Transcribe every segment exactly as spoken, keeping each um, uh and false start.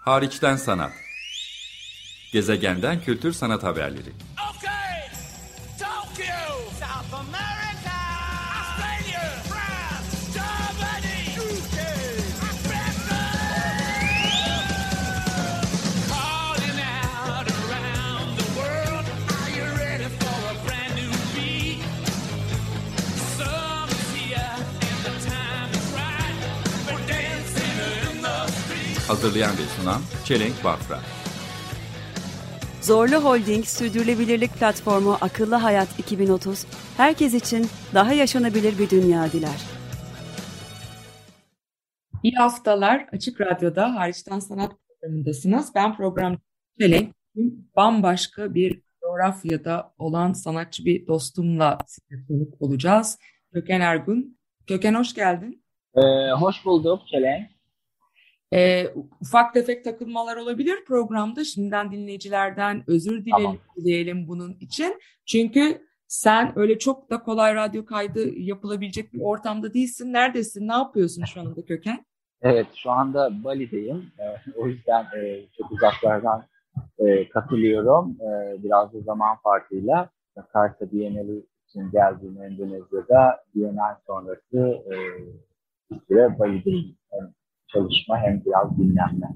Hariçten sanat. Gezegenden kültür sanat haberleri. Okay, Tokyo, South America, Australia, France, Germany, U K, Africa. Calling out around the world, are you ready for a brand new beat? Summer's here and the time is right. We're dancing in the street. Hazırlayan ve sunan Çelenk Bafra. Zorlu Holding Sürdürülebilirlik Platformu Akıllı Hayat iki bin otuz, herkes için daha yaşanabilir bir dünya diler. İyi haftalar. Açık Radyo'da Hariçten Sanat programındasınız. Ben programcı Çelenk. Bambaşka bir coğrafyada olan sanatçı bir dostumla size konuk olacağız. Köken Ergun. Köken, hoş geldin. Ee, hoş bulduk Çelenk. Ee, ufak tefek takılmalar olabilir programda. Şimdiden dinleyicilerden özür dilerim, Tamam. dileyelim bunun için. Çünkü sen öyle çok da kolay radyo kaydı yapılabilecek bir ortamda değilsin. Neredesin? Ne yapıyorsun şu anda Köken? Evet, şu anda Bali'deyim. Ee, o yüzden e, çok uzaklardan e, katılıyorum. E, biraz da zaman farkıyla Jakarta Bienali için geldiğim Endonezya'da Bienal sonrası e, bir süre Bali'deyim. Hem çalışma hem biraz dinlenme.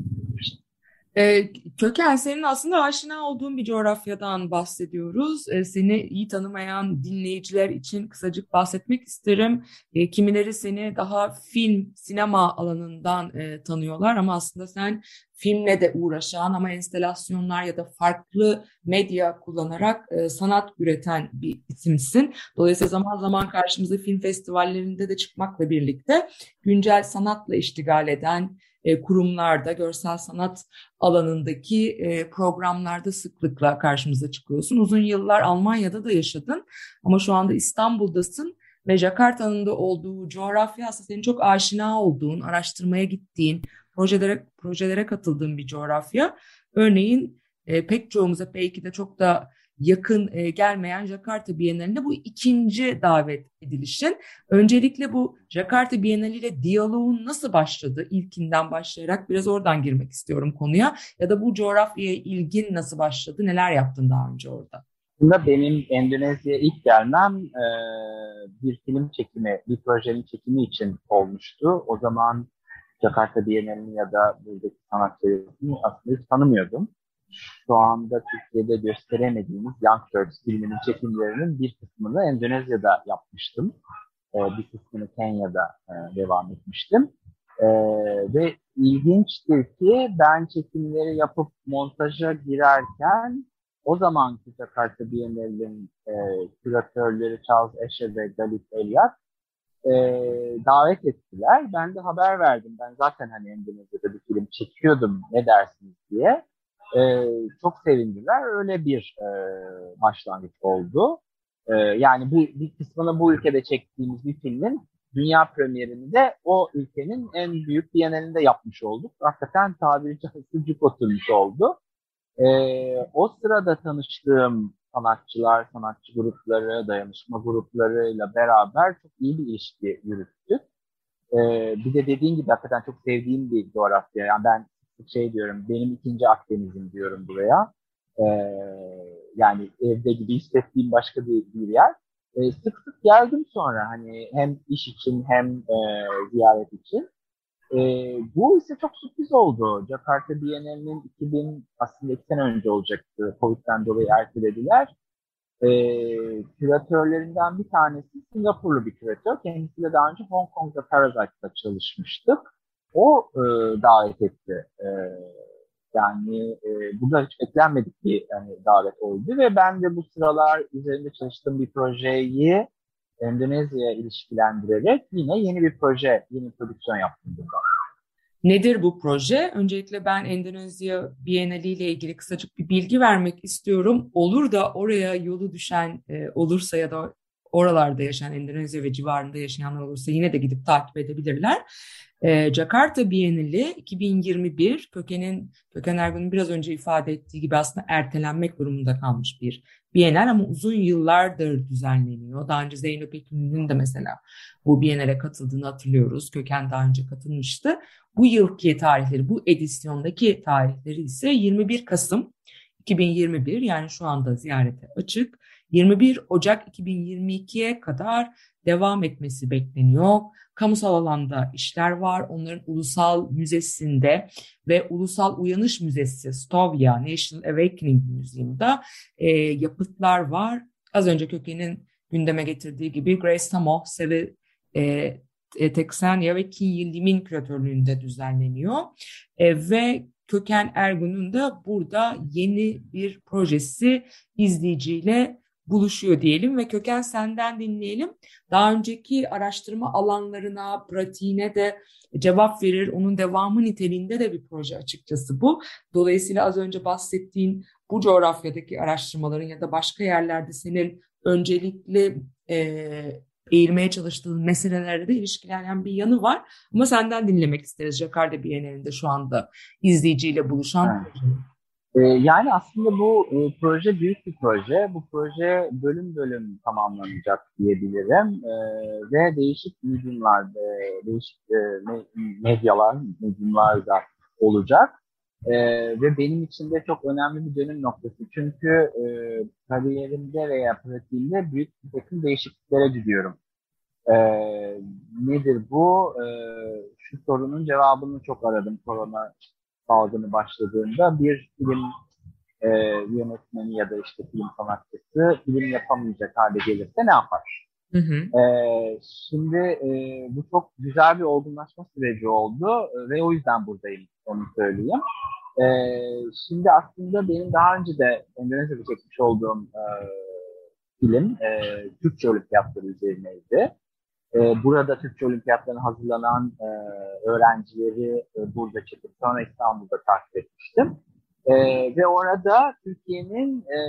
Ee, Köken, senin aslında aşina olduğun bir coğrafyadan bahsediyoruz. Ee, seni iyi tanımayan dinleyiciler için kısacık bahsetmek isterim. Ee, kimileri seni daha film, sinema alanından e, tanıyorlar ama aslında sen filmle de uğraşan ama enstalasyonlar ya da farklı medya kullanarak e, sanat üreten bir isimsin. Dolayısıyla zaman zaman karşımıza film festivallerinde de çıkmakla birlikte güncel sanatla iştigal eden e, kurumlarda, görsel sanat alanındaki e, programlarda sıklıkla karşımıza çıkıyorsun. Uzun yıllar Almanya'da da yaşadın ama şu anda İstanbul'dasın ve Jakarta'nın da olduğu coğrafya aslında senin çok aşina olduğun, araştırmaya gittiğin, projelere projelere katıldığın bir coğrafya. Örneğin e, pek çoğumuza belki de çok da yakın e, gelmeyen Jakarta Bienalinde bu ikinci davet edilişin. Öncelikle bu Jakarta Bienali ile diyaloğun nasıl başladı? İlkinden başlayarak biraz oradan girmek istiyorum konuya. Ya da bu coğrafyaya ilgin nasıl başladı? Neler yaptın daha önce orada? Aslında benim Endonezya'ya ilk gelmem e, bir film çekimi, bir projenin çekimi için olmuştu. O zaman Jakarta Bienali'ni ya da buradaki sanatçılarını aslında hiç tanımıyordum. Şu anda Türkiye'de gösteremediğimiz Young Turks filminin çekimlerinin bir kısmını Endonezya'da yapmıştım. Ee, bir kısmını Kenya'da e, devam etmiştim. Ee, ve ilginçtir ki ben çekimleri yapıp montaja girerken o zamanki Jakarta Bienali'nin e, küratörleri Charles Escher ve Galit Elyas e, davet ettiler. Ben de haber verdim. Ben zaten hani Endonezya'da bir film çekiyordum, ne dersiniz diye. Ee, çok sevindiler. Öyle bir e, başlangıç oldu. Ee, yani bu bir kısmını bu ülkede çektiğimiz bir filmin dünya premierini de o ülkenin en büyük bienalinde yapmış olduk. Hakikaten tabiri caizse cuk oturmuş oldu. Ee, o sırada tanıştığım sanatçılar, sanatçı grupları, dayanışma gruplarıyla beraber çok iyi bir ilişki yürüttük. Ee, bir de dediğin gibi hakikaten çok sevdiğim bir coğrafya. Yani ben şey diyorum, benim ikinci Akdeniz'im diyorum buraya. Ee, yani evde gibi hissettiğim başka bir, bir yer. Ee, sık sık geldim sonra hani hem iş için hem e, ziyaret için. Ee, bu ise çok sürpriz oldu. Jakarta Bienali'nin iki bin aslında iki sene önce olacaktı. Covid'den dolayı ertelediler. Ee, küratörlerinden bir tanesi Singapurlu bir küratör. Kendisiyle daha önce Hong Kong'da Parasite'da çalışmıştık. O e, davet etti. E, yani e, bu da hiç beklenmedik bir yani, davet oldu ve ben de bu sıralar üzerinde çalıştığım bir projeyi Endonezya'ya ilişkilendirerek yine yeni bir proje, yeni bir prodüksiyon yaptım burada. Nedir bu proje? Öncelikle ben Endonezya Bienali ile ilgili kısacık bir bilgi vermek istiyorum. Olur da oraya yolu düşen e, olursa ya da oralarda yaşayan, Endonezya ve civarında yaşayanlar olursa yine de gidip takip edebilirler. E, Jakarta Bienali iki bin yirmi bir, Köken'in, Köken Ergun'un biraz önce ifade ettiği gibi aslında ertelenmek durumunda kalmış bir Bienal ama uzun yıllardır düzenleniyor. Daha önce Zeynep Ekin'in de mesela bu Bienale katıldığını hatırlıyoruz. Köken daha önce katılmıştı. Bu yılki tarihleri, bu edisyondaki tarihleri ise yirmi bir Kasım iki bin yirmi bir, yani şu anda ziyarete açık. yirmi bir Ocak iki bin yirmi ikiye kadar devam etmesi bekleniyor. Kamusal alanda işler var. Onların ulusal müzesinde ve Ulusal Uyanış Müzesi Stovia National Awakening Museum'da e, yapıtlar var. Az önce Köken'in gündeme getirdiği gibi Grace Samoh, Sevi e, Teksanya ve Kinyi Lim'in küratörlüğünde düzenleniyor. E, ve Köken Ergun'un da burada yeni bir projesi izleyiciyle buluşuyor diyelim ve Köken, senden dinleyelim. Daha önceki araştırma alanlarına, pratiğine de cevap verir. Onun devamı niteliğinde de bir proje açıkçası bu. Dolayısıyla az önce bahsettiğin bu coğrafyadaki araştırmaların ya da başka yerlerde senin öncelikli e, eğilmeye çalıştığın meselelerle de ilişkilenen bir yanı var. Ama senden dinlemek isteriz Jakarta Bienalinde şu anda izleyiciyle buluşan Evet. Ee, yani aslında bu e, proje büyük bir proje. Bu proje bölüm bölüm tamamlanacak diyebilirim. Ee, ve değişik mediumlar, e, değişik e, me- medyalar, mediumlar da olacak. Ee, ve benim için de çok önemli bir dönüm noktası. Çünkü e, kariyerimde veya pratiğimde büyük bir takım değişikliklere gidiyorum. Ee, nedir bu? Ee, şu sorunun cevabını çok aradım korona salgını başladığında. Bir film e, yönetmeni ya da işte film sanatçısı film yapamayacak hale gelirse ne yapar? Hı hı. Ee, şimdi e, bu çok güzel bir olgunlaşma süreci oldu e, ve o yüzden buradayım, onu söyleyeyim. Ee, şimdi aslında benim daha önce de Endonezya'da çekmiş olduğum e, film e, Türkçe olimpiyatları üzerineydi. E, burada Türkçe olimpiyatlarına hazırlanan e, öğrencileri e, burada çekip sonra İstanbul'da takip etmiştim. E, ve orada Türkiye'nin e,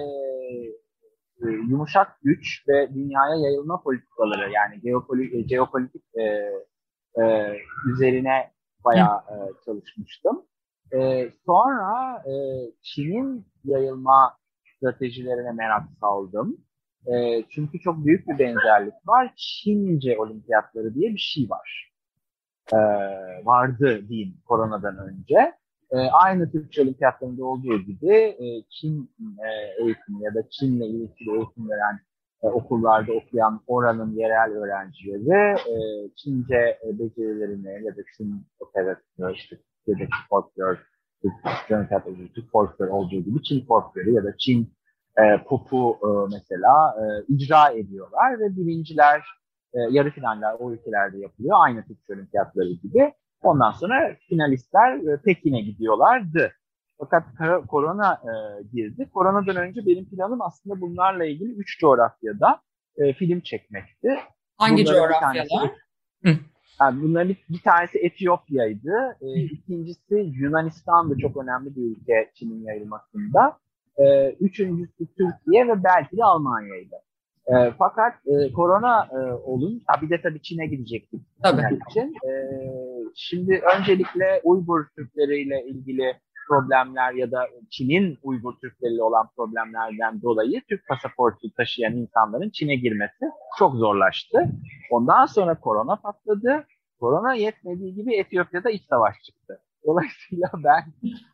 e, yumuşak güç ve dünyaya yayılma politikaları, yani geopoli- jeopolitik e, e, üzerine bayağı e, çalışmıştım. E, sonra e, Çin'in yayılma stratejilerine merak saldım. E, çünkü çok büyük bir benzerlik var. Çince olimpiyatları diye bir şey var. E, vardı diyeyim koronadan önce. E, aynı Türkçe olimpiyatlarında olduğu gibi e, Çin e, eğitimi ya da Çin'le ilgili eğitim veren e, okullarda okuyan oranın yerel öğrencileri e, Çince e, becerilerini ya da Çin operasyonu, işte Türkiye'deki folklor, Türkçe olimpiyatları, Türk folklor olduğu gibi Çin folkloru ya da Çin e, popu e, mesela e, icra ediyorlar ve birinciler, e, yarı finaller o ülkelerde yapılıyor. Aynı Türkçe olimpiyatları gibi. Ondan sonra finalistler e, Pekin'e gidiyorlardı. Fakat korona e, girdi. Koronadan önce benim planım aslında bunlarla ilgili üç coğrafyada e, film çekmekti. Hangi Bunların bir coğrafyalar? tanesi, Hı. yani bunların bir, bir tanesi Etiyopya'ydı. E, ikincisi Yunanistan'da, çok önemli bir ülke Çin'in yayılmasında. E, üçüncüsü Türkiye ve belki de Almanya'ydı. E, fakat e, korona e, olunca, bir de tabii Çin'e gidecektik Tabii. için. E, şimdi öncelikle Uygur Türkleriyle ilgili problemler ya da Çin'in Uygur Türkleriyle olan problemlerden dolayı Türk pasaportu taşıyan insanların Çin'e girmesi çok zorlaştı. Ondan sonra korona patladı. Korona yetmediği gibi Etiyopya'da iç savaş çıktı. Dolayısıyla ben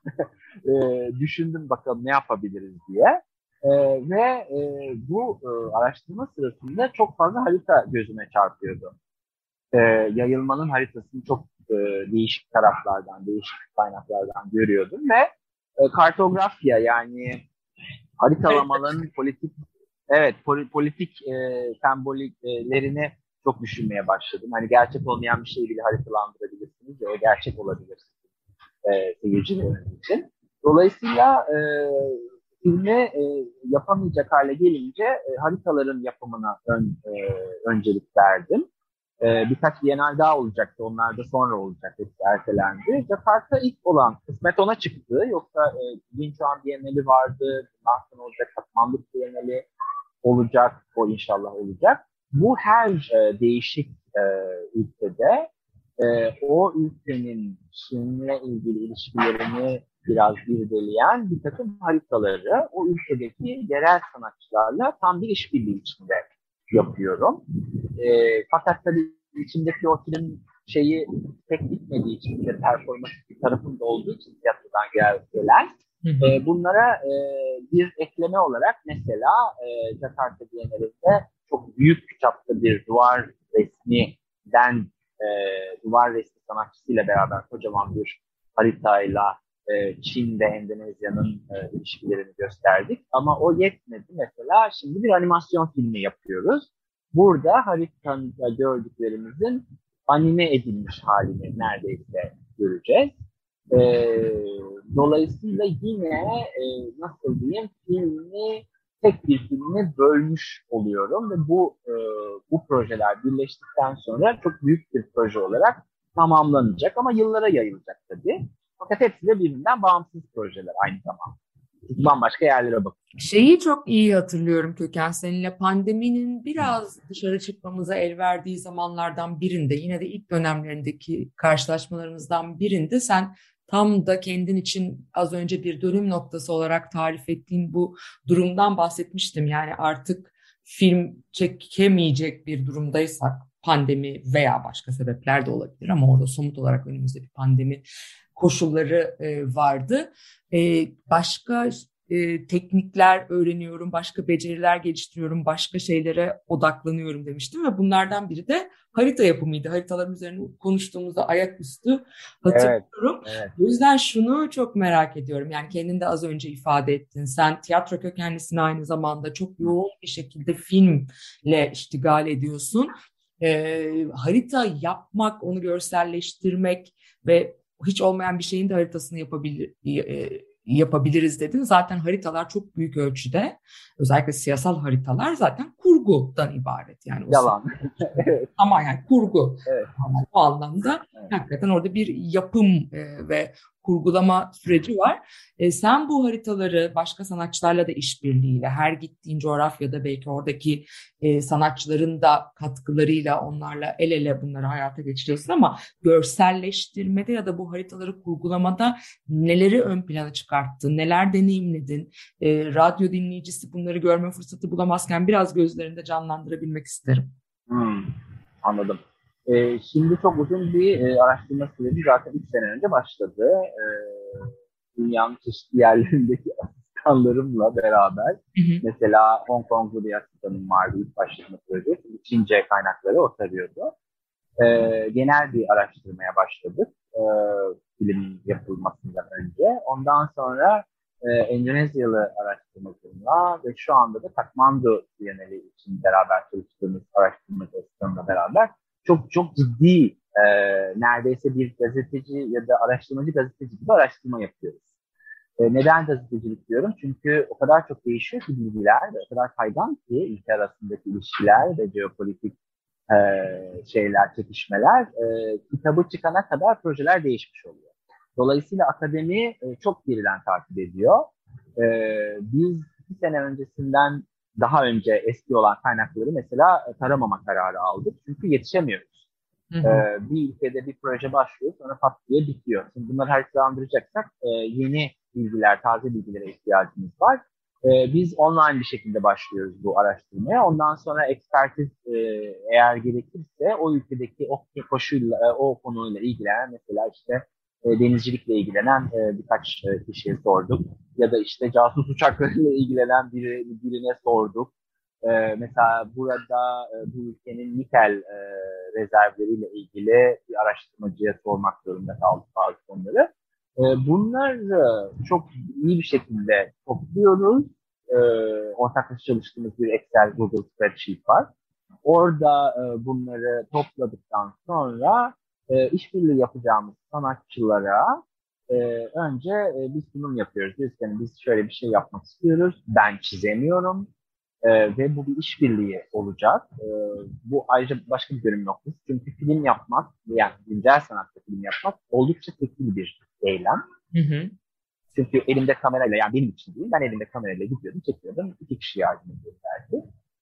e, düşündüm bakalım ne yapabiliriz diye. E, ve e, bu e, araştırma sırasında çok fazla harita gözüme çarpıyordu. E, yayılmanın haritasını çok e, değişik taraflardan, değişik kaynaklardan görüyordum ve e, kartografya, yani haritalamanın politik, evet poli, politik e, sembollerini çok düşünmeye başladım. Hani gerçek olmayan bir şeyi bile haritalandırabilirsiniz ve o gerçek olabilir e, seyircileriniz için. Dolayısıyla e, filmi e, yapamayacak hale gelince e, haritaların yapımına ön, e, öncelik verdim. E, birkaç bienal daha olacaktı. Onlar da sonra olacak. Hepsi ertelendi. Jakarta ilk olan, kısmet ona çıktı. Yoksa e, Linçuan Bienali vardı. Nasıl olacak? Katmandu Bienali olacak. O inşallah olacak. bu her e, değişik e, ülkede e, o ülkenin Çin'le ilgili ilişkilerini biraz irdeleyen bir takım haritaları o ülkedeki yerel sanatçılarla tam bir işbirliği içinde yapıyorum. E, fakat tabii içindeki o film şeyi pek bitmediği için de performans bir tarafında olduğu için tiyatrodan gel- gelen e, bunlara e, bir ekleme olarak mesela e, Jakarta Bienalinde çok büyük çapta bir duvar resmiden e, duvar resmi sanatçısıyla beraber kocaman bir haritayla e, Çin ve Endonezya'nın e, ilişkilerini gösterdik. Ama o yetmedi mesela. Şimdi bir animasyon filmi yapıyoruz. Burada haritada gördüklerimizin anime edilmiş halini neredeyse göreceğiz. Ee, dolayısıyla yine e, nasıl diyeyim filmi tek bir filmi bölmüş oluyorum ve bu e, bu projeler birleştikten sonra çok büyük bir proje olarak tamamlanacak ama yıllara yayılacak tabii. Fakat hepsi de birbirinden bağımsız projeler aynı zamanda. Bambaşka yerlere bakıyor. Şeyi çok iyi hatırlıyorum Köken, seninle pandeminin biraz dışarı çıkmamıza el verdiği zamanlardan birinde, yine de ilk dönemlerindeki karşılaşmalarımızdan birinde sen tam da kendin için az önce bir dönüm noktası olarak tarif ettiğin bu durumdan bahsetmiştim. Yani artık film çekemeyecek bir durumdaysak, pandemi veya başka sebepler de olabilir ama orada somut olarak önümüzde bir pandemi koşulları e, vardı. E, başka e, teknikler öğreniyorum, başka beceriler geliştiriyorum, başka şeylere odaklanıyorum demiştim ve bunlardan biri de harita yapımıydı. Haritaların üzerine konuştuğumuzda ayaküstü hatırlıyorum. Evet, evet. O yüzden şunu çok merak ediyorum. Yani kendin de az önce ifade ettin. Sen tiyatro kökenlisin, aynı zamanda çok yoğun bir şekilde filmle iştigal ediyorsun. E, harita yapmak, onu görselleştirmek ve hiç olmayan bir şeyin de haritasını yapabilir, e, yapabiliriz dedin. Zaten haritalar çok büyük ölçüde, özellikle siyasal haritalar zaten kurgudan ibaret. Yani o Yalan. evet. Ama yani kurgu. Evet. Yani o anlamda evet. Hakikaten orada bir yapım e, ve kurgulama süreci var. E, sen bu haritaları başka sanatçılarla da işbirliğiyle, her gittiğin coğrafyada belki oradaki e, sanatçıların da katkılarıyla onlarla el ele bunları hayata geçiriyorsun ama görselleştirmede ya da bu haritaları kurgulamada neleri ön plana çıkarttın, neler deneyimledin? E, radyo dinleyicisi bunları görme fırsatı bulamazken biraz gözlerinde canlandırabilmek isterim. Hmm, anladım. Ee, şimdi çok uzun bir e, araştırma süreci zaten üç sene önce başladı. Ee, dünyanın çeşitli yerlerindeki asistanlarımla beraber. Hı hı. Mesela Hong Kong'lu bir asistanım vardı ilk başladığım projesi. Çince kaynakları o tarıyordu. Ee, genel bir araştırmaya başladık e, filmin yapılmasından önce. Ondan sonra e, Endonezyalı araştırmacımla ve şu anda da Kathmandu Bienali için beraber çalıştığımız araştırmacı asistanımla beraber çok çok ciddi e, neredeyse bir gazeteci ya da araştırmacı gazeteci gibi araştırma yapıyoruz. E, neden gazetecilik diyorum? Çünkü o kadar çok değişiyor ki bilgiler ve o kadar kaygan ki ülke arasındaki ilişkiler ve jeopolitik e, şeyler, çekişmeler e, kitabı çıkana kadar projeler değişmiş oluyor. Dolayısıyla akademi e, çok geriden takip ediyor. E, biz iki sene öncesinden daha önce eski olan kaynakları mesela taramama kararı aldık. Çünkü yetişemiyoruz. Hı hı. E, bir ülkede bir proje başlıyor, sonra pat diye bitiyor. Şimdi bunları haritalandıracaksak e, yeni bilgiler, taze bilgilere ihtiyacımız var. E, biz online bir şekilde başlıyoruz bu araştırmaya. Ondan sonra ekspertiz e, eğer gerekirse o ülkedeki o koşuyla, o konuyla ilgilenen mesela işte e, denizcilikle ilgilenen e, birkaç e, kişiye sorduk. Ya da işte casus uçaklarıyla ilgilenen biri, birine sorduk. E, mesela burada e, bu ülkenin nikel e, rezervleriyle ilgili bir araştırmacıya sormak zorunda kaldık bazı konuları. E, bunları çok iyi bir şekilde topluyoruz. E, ortaklaşa çalıştığımız bir Excel, Google Spreadsheet var. Orada e, bunları topladıktan sonra e, işbirliği yapacağımız sanatçılara e, önce e, bir sunum yapıyoruz. Biz, yani biz şöyle bir şey yapmak istiyoruz. Ben çizemiyorum. E, ve bu bir işbirliği olacak. E, bu ayrıca başka bir dönüm noktası. Çünkü film yapmak, yani güncel sanatta film yapmak oldukça tekil bir eylem. Hı hı. Çünkü elimde kamerayla, yani benim için değil, ben elimde kamerayla gidiyordum, çekiyordum. İki kişi yardım ediyordu belki.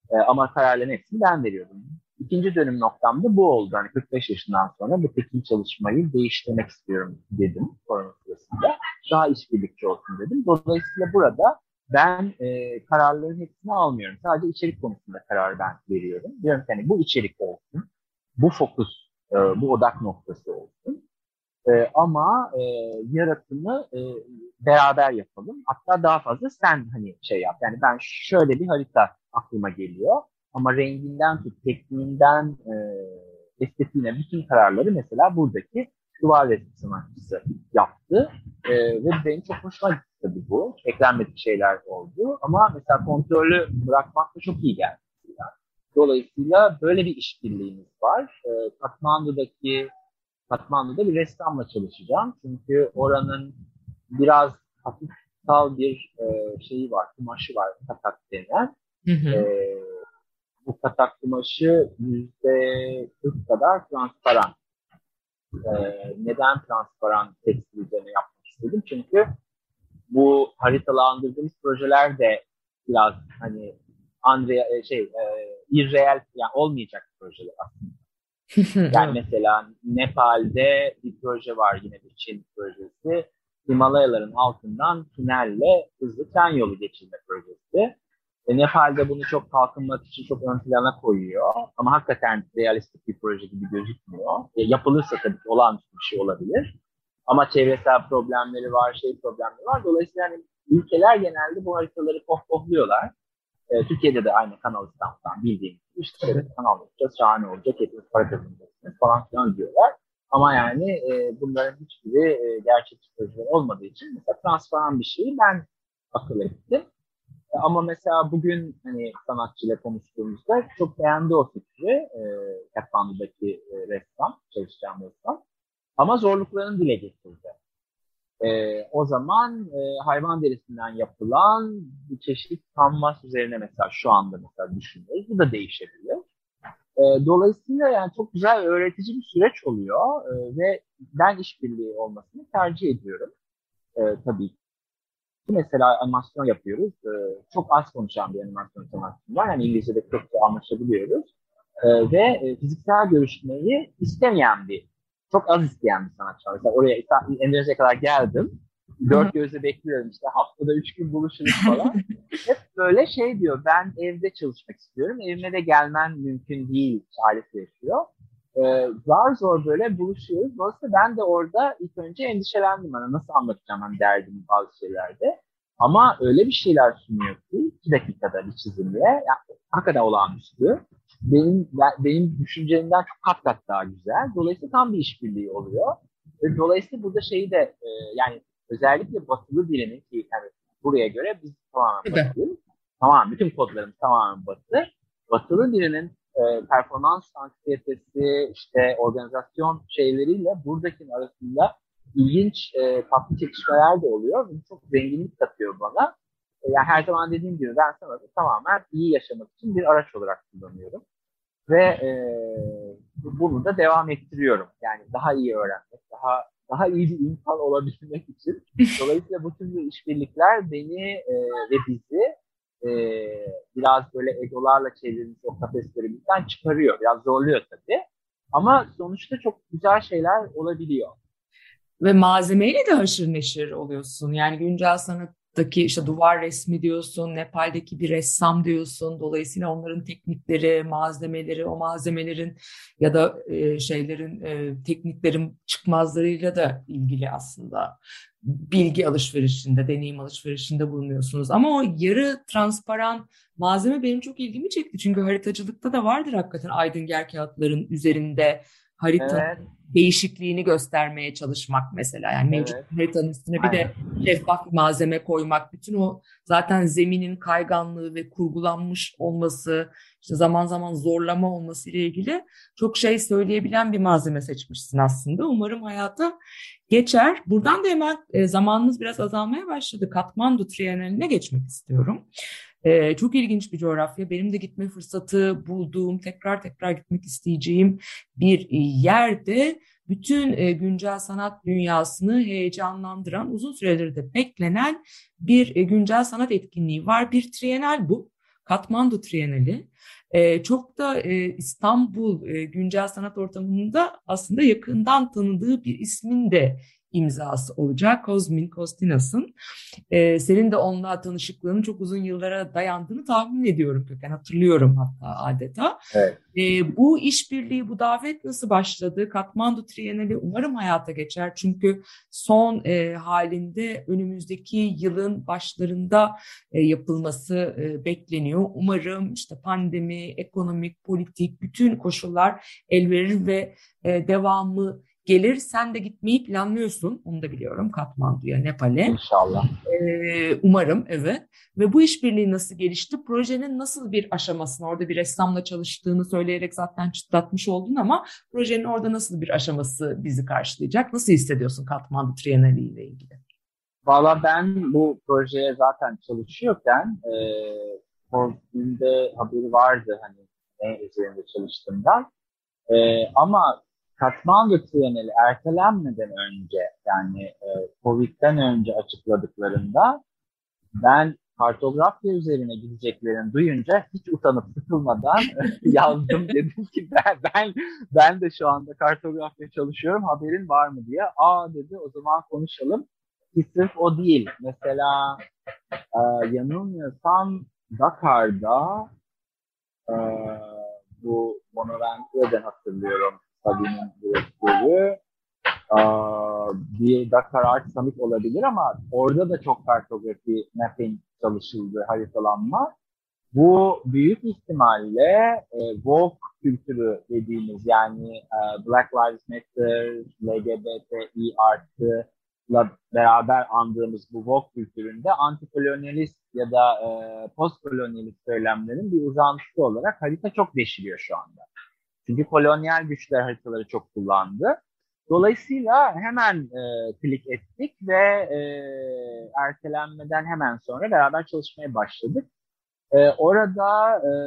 E, ama kararların hepsini ben veriyordum. İkinci dönüm noktam da bu oldu. Hani kırk beş yaşından sonra bu tekil çalışmayı değiştirmek istiyorum dedim korona sırasında. Daha işbirlikçi olsun dedim. Dolayısıyla burada ben e, kararların hepsini almıyorum. Sadece içerik konusunda kararı ben veriyorum. Diyorum ki hani bu içerik olsun, bu fokus, e, bu odak noktası olsun. E, ama e, yaratımı e, beraber yapalım. Hatta daha fazla sen hani şey yap. Yani ben şöyle bir harita aklıma geliyor. Ama renginden tut, tekniğinden e, estetiğine bütün kararları mesela buradaki duvar resmi sanatçısı yaptı. E, ve benim çok hoşuma gitti tabii bu. Eklenmedik şeyler oldu. Ama mesela kontrolü bırakmak da çok iyi geldi. Yani. Dolayısıyla böyle bir işbirliğimiz var. E, Katmandu'daki Katmandu'da bir ressamla çalışacağım. Çünkü oranın biraz hafifsal bir e, şeyi var, kumaşı var, katak denen. Hı hı. E, bu katak kumaşı yüzde kırk kadar transparan. E, neden transparan tekstil üzerine yapmak istedim? Çünkü bu haritalandırdığımız projeler de biraz hani Andre, şey, e, irreal, yani olmayacak projeler aslında. Yani mesela Nepal'de bir proje var, yine bir Çin projesi. Himalayaların altından tünelle hızlı tren yolu geçirme projesi. E, Nepal'de bunu çok kalkınmak için çok ön plana koyuyor. Ama hakikaten realistik bir proje gibi gözükmüyor. E, yapılırsa tabii ki olağanüstü bir şey olabilir. Ama çevresel problemleri var, şey problemleri var. Dolayısıyla yani ülkeler genelde bu haritaları pohpohluyorlar. E, Türkiye'de de aynı Kanal İstanbul'dan bildiğimiz işte evet, kanal yapacağız, şahane olacak, hepimiz para kazanacaksınız falan filan diyorlar. Ama yani e, bunların hiçbiri e, gerçekçi projeler olmadığı için mesela transparan bir şeyi ben akıl ettim. E, ama mesela bugün hani sanatçıyla konuştuğumuzda çok beğendi o fikri. E, Katmandu'daki e, ressam, çalışacağım ressam. Ama zorluklarını dile getirdi. Ee, o zaman e, hayvan derisinden yapılan bir çeşit kanvas üzerine mesela şu anda mesela düşünüyoruz. Bu da değişebilir. E, dolayısıyla yani çok güzel öğretici bir süreç oluyor e, ve ben işbirliği olmasını tercih ediyorum. E, tabii ki. Mesela animasyon yapıyoruz. E, çok az konuşan bir animasyon sanatçım var. Yani İngilizce'de çok da anlaşabiliyoruz. E, ve e, fiziksel görüşmeyi istemeyen bir çok az isteyen bir sanatçı var. Mesela oraya Endonezya'ya kadar geldim. Dört gözle bekliyorum işte haftada üç gün buluşuruz falan. Hep böyle şey diyor, ben evde çalışmak istiyorum. Evime de gelmen mümkün değil ailesi yaşıyor. Ee, zar zor böyle buluşuyoruz. Dolayısıyla ben de orada ilk önce endişelendim. Hani nasıl anlatacağım hani derdimi bazı şeylerde. Ama öyle bir şeyler sunuyor ki iki dakikada bir çizimle. Yani, hakikaten olağanüstü. Benim benim düşüncemden çok kat kat daha güzel. Dolayısıyla tam bir işbirliği oluyor. Ve dolayısıyla burada şeyi de e, yani özellikle batılı dilinin ki yani buraya göre biz tamamen batılıyız. Tamam, bütün kodlarımız tamamen batı. Batılı dilinin e, performans anksiyetesi, işte organizasyon şeyleriyle buradakinin arasında ilginç e, tatlı çekişmeler de oluyor. Bu çok zenginlik katıyor bana. E, yani her zaman dediğim gibi ben sanatı tamamen iyi yaşamak için bir araç olarak kullanıyorum. Ve e, bunu da devam ettiriyorum. Yani daha iyi öğrenmek, daha daha iyi bir insan olabilmek için. Dolayısıyla bu tür işbirlikler beni e, ve bizi e, biraz böyle egolarla çevrilmiş o kafeslerimizden çıkarıyor. Biraz zorluyor tabii. Ama sonuçta çok güzel şeyler olabiliyor. Ve malzemeyle de haşır neşir oluyorsun. Yani güncel sanattaki işte duvar resmi diyorsun, Nepal'deki bir ressam diyorsun. Dolayısıyla onların teknikleri, malzemeleri, o malzemelerin ya da e, şeylerin, e, tekniklerin çıkmazlarıyla da ilgili aslında bilgi alışverişinde, deneyim alışverişinde bulunuyorsunuz. Ama o yarı transparan malzeme benim çok ilgimi çekti. Çünkü haritacılıkta da vardır hakikaten Aydınger kağıtların üzerinde harita Evet. değişikliğini göstermeye çalışmak mesela. Yani mevcut Evet. haritanın üstüne bir de şeffaf bir malzeme koymak. Bütün o zaten zeminin kayganlığı ve kurgulanmış olması, işte zaman zaman zorlama olması ile ilgili çok şey söyleyebilen bir malzeme seçmişsin aslında. Umarım hayata geçer. Buradan da hemen e, zamanımız biraz azalmaya başladı. Katmandu Triennaline geçmek istiyorum. Ee, çok ilginç bir coğrafya. Benim de gitme fırsatı bulduğum, tekrar tekrar gitmek isteyeceğim bir yerde bütün e, güncel sanat dünyasını heyecanlandıran, uzun süredir de beklenen bir e, güncel sanat etkinliği var. Bir trienal bu. Katmandu Trienali. E, çok da e, İstanbul e, güncel sanat ortamında aslında yakından tanıdığı bir ismin de imzası olacak. Kozmin Kostinas'ın. Ee, senin de onunla tanışıklığının çok uzun yıllara dayandığını tahmin ediyorum Köken. Hatırlıyorum hatta adeta. Evet. Ee, bu işbirliği, bu davet nasıl başladı? Katmandu Trienali umarım hayata geçer. Çünkü son e, halinde önümüzdeki yılın başlarında e, yapılması e, bekleniyor. Umarım işte pandemi, ekonomik, politik bütün koşullar el verir ve e, devamı gelir. Sen de gitmeyi planlıyorsun. Onu da biliyorum. Katmandu'ya, Nepal'e. İnşallah. Ee, umarım, evet. Ve bu işbirliği nasıl gelişti? Projenin nasıl bir aşamasını, orada bir ressamla çalıştığını söyleyerek zaten çıtlatmış oldun ama projenin orada nasıl bir aşaması bizi karşılayacak? Nasıl hissediyorsun Katmandu Trienali ile ilgili? Valla ben bu projeye zaten çalışıyorken e, Kozmin'de haberi vardı hani ne üzerinde çalıştığımdan. E, ama Katmandu Trienali ertelenmeden önce yani e, Covid'den önce açıkladıklarında ben kartografya üzerine gideceklerini duyunca hiç utanıp sıkılmadan yazdım. Dedim ki ben, ben ben de şu anda kartografya çalışıyorum, haberin var mı diye. Aa dedi, o zaman konuşalım. Ki sırf o değil. Mesela e, yanılmıyorsam Dakar'da e, bu Bonaventure'den hatırlıyorum. Sabine'in direktörü. Aa, bir Dakar Art Summit olabilir ama orada da çok kartografi, mapping çalışıldı, haritalanma. Bu büyük ihtimalle e, Vogue kültürü dediğimiz yani e, Black Lives Matter, L G B T İ artı'la beraber andığımız bu Vogue kültüründe antikolonyalist ya da e, postkolonyalist söylemlerin bir uzantısı olarak harita çok deşiliyor şu anda. Çünkü kolonyal güçler haritaları çok kullandı. Dolayısıyla hemen e, klik ettik ve e, ertelenmeden hemen sonra beraber çalışmaya başladık. E, orada e,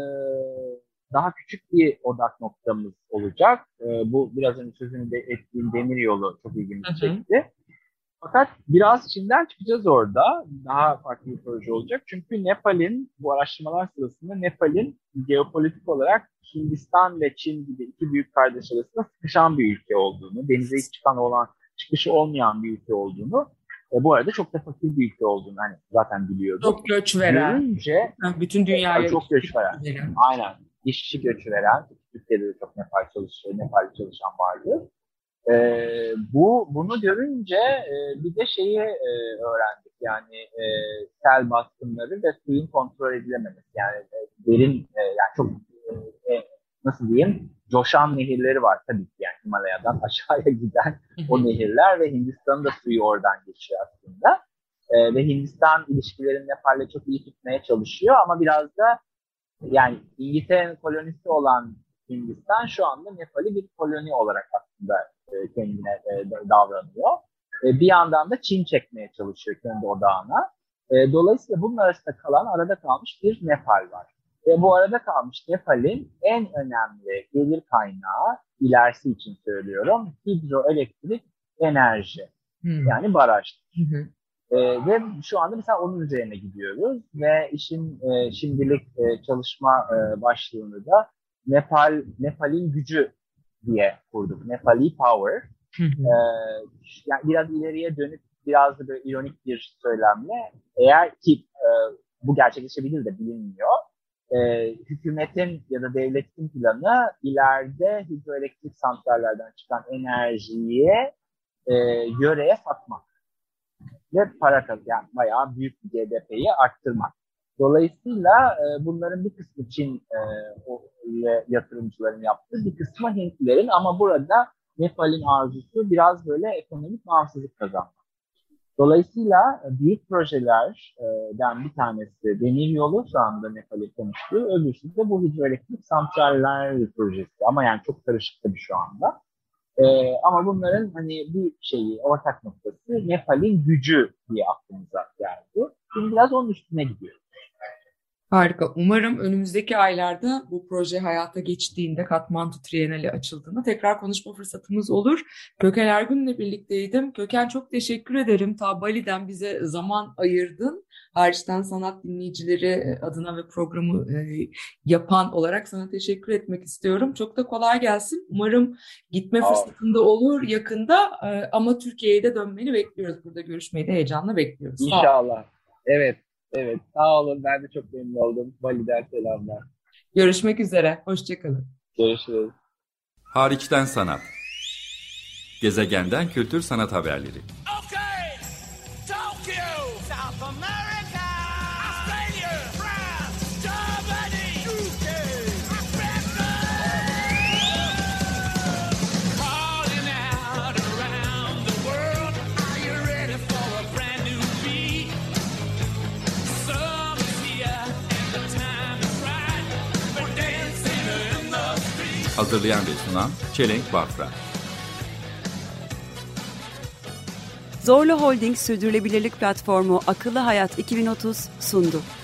daha küçük bir odak noktamız olacak. E, bu biraz önce sözünü de ettiğim demiryolu çok ilgimizi çekti. Fakat biraz Çin'den çıkacağız orada. Daha farklı bir proje olacak. Çünkü Nepal'in, bu araştırmalar sırasında Nepal'in geopolitik olarak Hindistan ve Çin gibi iki büyük kardeş arasında sıkışan bir ülke olduğunu, denize hiç çıkan olan, çıkışı olmayan bir ülke olduğunu, e, bu arada çok da fakir bir ülke olduğunu hani zaten biliyorduk. Çok göç veren. Görünce, bütün dünyaya e, çok göç veren. veren. Aynen. İşçi göçü veren. Türkiye'de de çok Nepal çalışıyor, Nepal'de çalışan vardı. Ee, bu bunu görünce e, bir de şeyi e, öğrendik yani e, sel baskınları ve suyun kontrol edilememesi yani e, derin e, yani çok e, nasıl diyeyim coşan nehirleri var tabii ki yani Himalaya'dan aşağıya giden o nehirler ve Hindistan'ın da suyu oradan geçiyor aslında e, ve Hindistan ilişkilerini Nepal'le çok iyi tutmaya çalışıyor ama biraz da yani İngiltere'nin kolonisi olan Hindistan şu anda Nepal'i bir koloni olarak aslında kendine e, davranıyor. E, bir yandan da Çin çekmeye çalışıyor kendi odağına. E, dolayısıyla bunun arasında kalan, arada kalmış bir Nepal var. Ve bu arada kalmış Nepal'in en önemli gelir kaynağı, ilerisi için söylüyorum, hidroelektrik enerji. Hmm. Yani baraj. Hmm. E, ve şu anda mesela onun üzerine gidiyoruz ve işin e, şimdilik e, çalışma e, başlığını da Nepal, Nepal'in gücü diye kurduk. Nepali Power. Hı hı. Ee, yani biraz ileriye dönüp biraz da böyle ironik bir söylemle eğer ki e, bu gerçekleşebilir de bilinmiyor. E, hükümetin ya da devletin planı ileride hidroelektrik santrallerden çıkan enerjiyi e, yöreye satmak. Ve para kazanmak. Yani bayağı büyük bir G D P'yi arttırmak. Dolayısıyla e, bunların bir kısmı Çin e, o, yatırımcıların yaptığı, bir kısmı Hintlilerin ama burada Nepal'in arzusu biraz böyle ekonomik bağımsızlık kazanmak. Dolayısıyla büyük projelerden bir tanesi Demiryolu şu anda Nepal'e konuştuğu, öbürsü de bu hidroelektrik santraller projesi. Ama yani çok karışık tabii şu anda. E, ama bunların hani bir şeyi, ortak noktası Nepal'in gücü diye aklımıza geldi. Şimdi biraz onun üstüne gidiyoruz. Harika. Umarım önümüzdeki aylarda bu proje hayata geçtiğinde, Katmandu Trienali açıldığında tekrar konuşma fırsatımız olur. Köken Ergün'le birlikteydim. Köken, çok teşekkür ederim. Ta Bali'den bize zaman ayırdın. Hariçten sanat dinleyicileri adına ve programı e, yapan olarak sana teşekkür etmek istiyorum. Çok da kolay gelsin. Umarım gitme Sağ ol. fırsatında olur yakında, e, ama Türkiye'ye de dönmeni bekliyoruz. Burada görüşmeyi de heyecanla bekliyoruz. Sağ ol. İnşallah. Evet, evet. Sağ olun. Ben de çok memnun oldum. Bali'den selamlar. Görüşmek üzere. Hoşçakalın. Görüşürüz. Hariçten sanat. Gezegenden kültür sanat haberleri. Okay, Tokyo, South America, Australia, France, Germany, U K, Africa. Calling out around the world, are you ready for a brand new beat? Summer's here and the time is right for dancing in the street. Hazırlayan ve sunan Çelenk Bafra. Zorlu Holding Sürdürülebilirlik Platformu Akıllı Hayat iki bin otuz sundu.